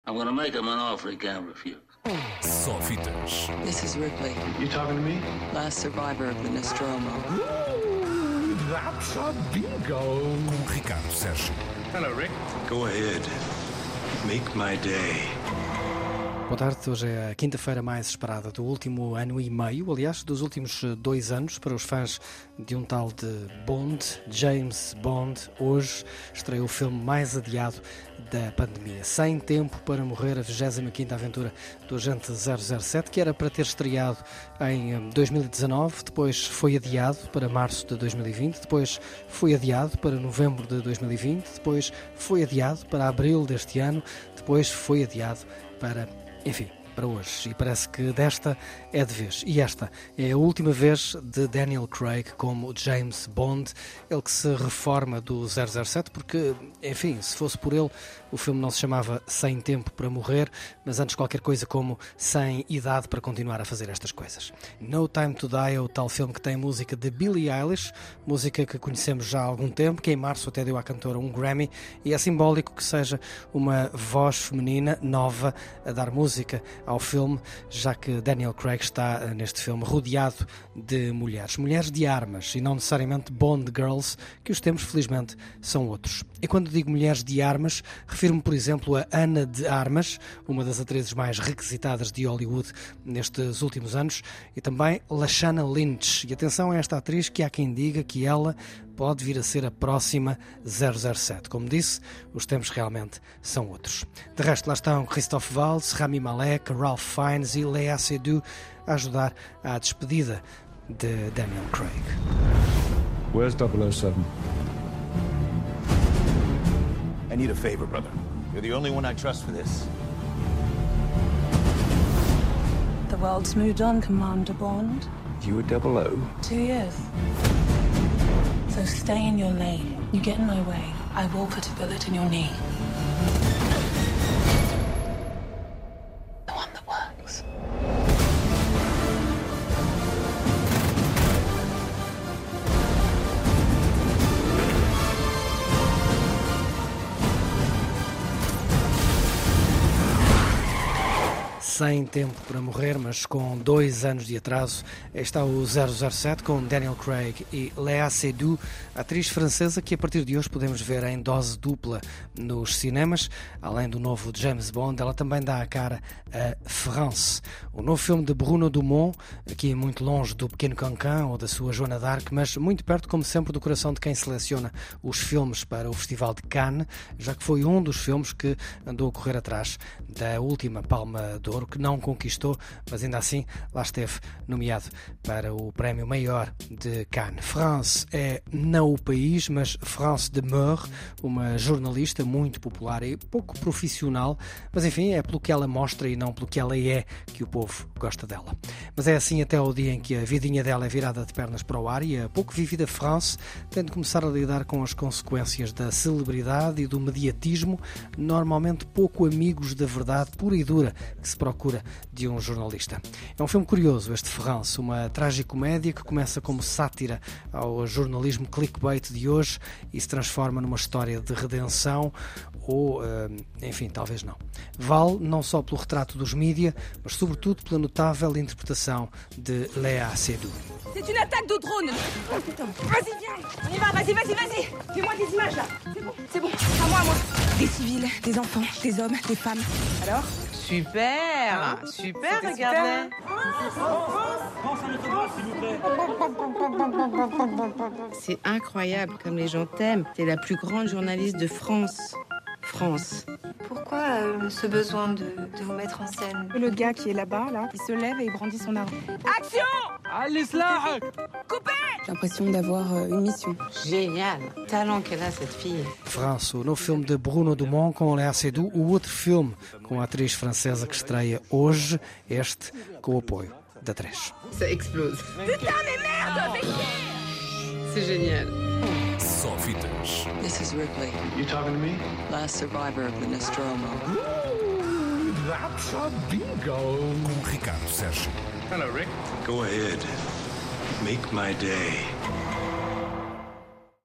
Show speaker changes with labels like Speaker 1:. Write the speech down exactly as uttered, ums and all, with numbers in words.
Speaker 1: I'm gonna make him an offer he can't refuse.
Speaker 2: Só fitas.
Speaker 3: This is Ripley,
Speaker 4: You talking to me?
Speaker 3: last survivor of the Nostromo.
Speaker 5: Ooh, that's a bingo.
Speaker 2: Com Ricardo Sérgio.
Speaker 4: Hello, Rick.
Speaker 6: Go ahead. Make my day.
Speaker 7: Boa tarde, hoje é a quinta-feira mais esperada do último ano e meio, aliás, dos últimos dois anos, para os fãs de um tal de Bond, James Bond. Hoje estreia o filme mais adiado da pandemia, Sem Tempo para Morrer, a vigésima quinta aventura do agente zero zero sete, que era para ter estreado em dois mil e dezanove, depois foi adiado para março de dois mil e vinte, depois foi adiado para novembro de dois mil e vinte, depois foi adiado para abril deste ano, depois foi adiado para... Enfim, para hoje. E parece que desta é de vez. E esta é a última vez de Daniel Craig como James Bond, ele que se reforma do zero zero sete, porque, enfim, se fosse por ele, o filme não se chamava Sem Tempo para Morrer, mas antes qualquer coisa como Sem Idade para continuar a fazer estas coisas. No Time to Die é o tal filme que tem música de Billie Eilish, música que conhecemos já há algum tempo, que em março até deu à cantora um Grammy, e é simbólico que seja uma voz feminina nova a dar música ao filme, já que Daniel Craig está neste filme rodeado de mulheres, mulheres de armas e não necessariamente Bond Girls, que os tempos felizmente são outros. E quando digo mulheres de armas, refiro-me por exemplo a Ana de Armas, uma das atrizes mais requisitadas de Hollywood nestes últimos anos, e também Lashana Lynch. E atenção a esta atriz, que há quem diga que ela pode vir a ser a próxima zero zero sete. Como disse, os tempos realmente são outros. De resto, lá estão Christophe Waltz, Rami Malek, Ralph Fiennes e Léa Seydoux a ajudar à despedida de Daniel Craig.
Speaker 5: Where's double oh seven?
Speaker 8: I need a favor, brother. You're the only one I trust for this.
Speaker 9: The world's moved on, Commander Bond.
Speaker 5: You were double O?
Speaker 9: Two years. So stay in your lane. You get in my way, I will put a bullet in your knee. The one that works.
Speaker 7: Sem Tempo para Morrer, mas com dois anos de atraso, está o zero zero sete com Daniel Craig e Léa Seydoux, atriz francesa que a partir de hoje podemos ver em dose dupla nos cinemas. Além do novo James Bond, ela também dá a cara a France, o novo filme de Bruno Dumont, aqui muito longe do Pequeno Cancan ou da sua Joana d'Arc, mas muito perto, como sempre, do coração de quem seleciona os filmes para o Festival de Cannes, já que foi um dos filmes que andou a correr atrás da última Palma de Ouro, que não conquistou, mas ainda assim lá esteve nomeado para o prémio maior de Cannes. France é não o país, mas France Demeure, uma jornalista muito popular e pouco profissional, mas enfim, é pelo que ela mostra e não pelo que ela é que o povo gosta dela. Mas é assim até ao dia em que a vidinha dela é virada de pernas para o ar e a pouco vivida France tem de começar a lidar com as consequências da celebridade e do mediatismo, normalmente pouco amigos da verdade pura e dura que se procura de um jornalista. É um filme curioso, este France, uma tragicomédia que começa como sátira ao jornalismo clickbait de hoje e se transforma numa história de redenção ou, enfim, talvez não. Vale não só pelo retrato dos mídia, mas sobretudo pela notável interpretação de Léa Seydoux.
Speaker 10: C'est une attaque de drone. Oh putain. Vas-y, viens. On y va, vas-y, vas-y, vas-y. Fais-moi des images là. C'est bon, c'est bon. À moi, à moi. Des civils, des enfants, des hommes, des femmes. Alors?
Speaker 11: Super, super, regardez. C'est incroyable comme les gens t'aiment. T'es la plus grande journaliste de France. France.
Speaker 12: Pourquoi euh, ce besoin de, de vous mettre en scène?
Speaker 13: Le gars qui est là-bas, là, il se lève et il brandit son arme.
Speaker 10: Action!
Speaker 5: Allez, là!
Speaker 10: Coupez!
Speaker 13: J'ai l'impression d'avoir euh, une mission.
Speaker 11: Génial. Talent qu'elle a, cette fille.
Speaker 7: France, o novo filme de Bruno Dumont com Léa Seydoux, o outro filme com a atriz francesa que estreia hoje, este com o apoio da três.
Speaker 11: Ça explose.
Speaker 10: Putain, mais merde!
Speaker 11: C'est génial.
Speaker 2: Só fitas.
Speaker 3: This is Ripley,
Speaker 4: You talking to me?
Speaker 3: last survivor of the Nostromo.
Speaker 5: Ooh, that's a bingo.
Speaker 2: Com Ricardo Sérgio.
Speaker 4: Hello, Rick.
Speaker 6: Go ahead. Make my day.